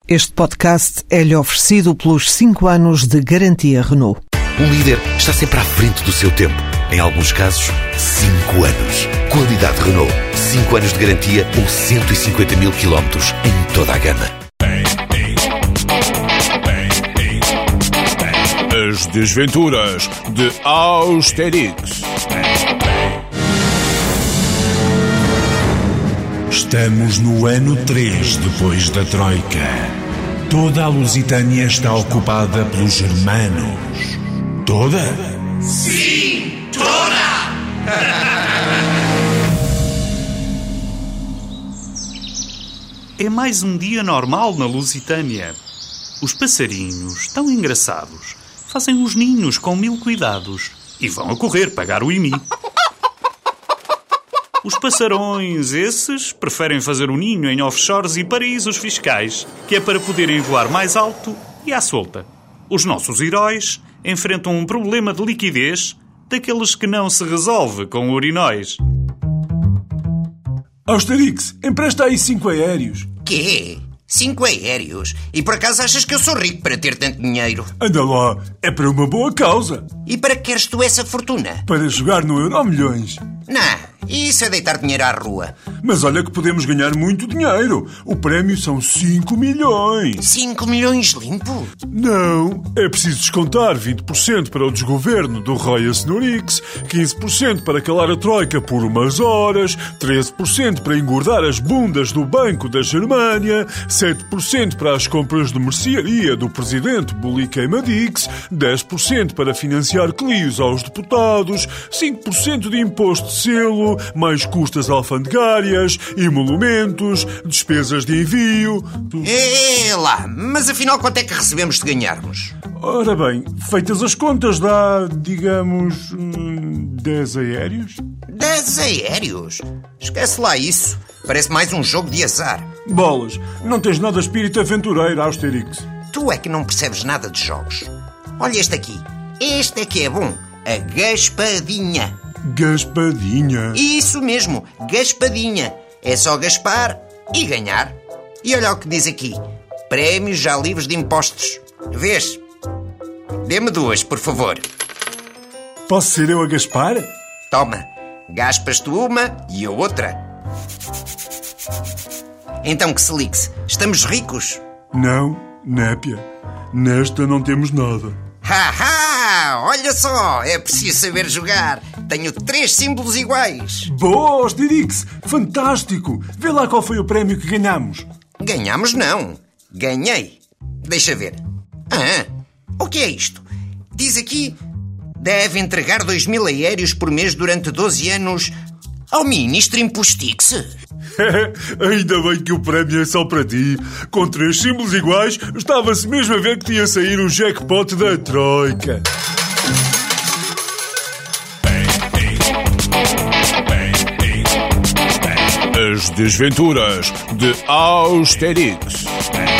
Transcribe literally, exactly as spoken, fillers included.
Este podcast é-lhe oferecido pelos cinco anos de garantia Renault. Um líder está sempre à frente do seu tempo. Em alguns casos, cinco anos. Qualidade Renault. cinco anos de garantia ou cento e cinquenta mil quilómetros em toda a gama. As desventuras de Asterix. Estamos no ano três depois da Troika. Toda a Lusitânia está ocupada pelos germanos. Toda? Sim, toda! É mais um dia normal na Lusitânia. Os passarinhos, tão engraçados, fazem os ninhos com mil cuidados e vão a correr pagar o I M I. Os passarões, esses, preferem fazer o ninho em offshores e paraísos fiscais, que é para poderem voar mais alto e à solta. Os nossos heróis enfrentam um problema de liquidez daqueles que não se resolve com urinóis. Asterix, empresta aí cinco aéreos. Quê? Cinco aéreos? E por acaso achas que eu sou rico para ter tanto dinheiro? Anda lá, é para uma boa causa. E para que queres tu essa fortuna? Para jogar no Euromilhões. Não, isso é deitar dinheiro à rua. Mas olha que podemos ganhar muito dinheiro. O prémio são cinco milhões. Cinco milhões limpo? Não, é preciso descontar vinte por cento para o desgoverno do Roy Snorix, quinze por cento para calar a Troika por umas horas, treze por cento para engordar as bundas do Banco da Germânia, sete por cento para as compras de mercearia do presidente Bully Queimadix, dez por cento para financiar Clios aos deputados, cinco por cento de imposto de selo, mais custas alfandegárias, emolumentos, despesas de envio... É lá, mas afinal quanto é que recebemos de ganharmos? Ora bem, feitas as contas dá, digamos, dez aéreos? Dez aéreos? Esquece lá isso. Parece mais um jogo de azar. Bolas, não tens nada de espírito aventureiro, Asterix. Tu é que não percebes nada de jogos. Olha este aqui. Este é que é bom. A gaspadinha. Gaspadinha? Isso mesmo, gaspadinha. É só gaspar e ganhar. E olha o que diz aqui. Prémios já livres de impostos. Vês? Dê-me duas, por favor. Posso ser eu a gaspar? Toma. Gaspas tu uma e eu outra. Então que se lixe. Estamos ricos? Não, népia. Nesta não temos nada. Ha-ha! Olha só, é preciso saber jogar. Tenho três símbolos iguais. Boa, Asterix! Fantástico! Vê lá qual foi o prémio que ganhamos. Ganhamos não. Ganhei. Deixa ver. Ah, o que é isto? Diz aqui... Deve entregar dois mil aéreos por mês durante doze anos ao ministro Impostix. Ainda bem que o prémio é só para ti. Com três símbolos iguais, estava-se mesmo a ver que tinha sair o jackpot da Troika. As desventuras de Asterix.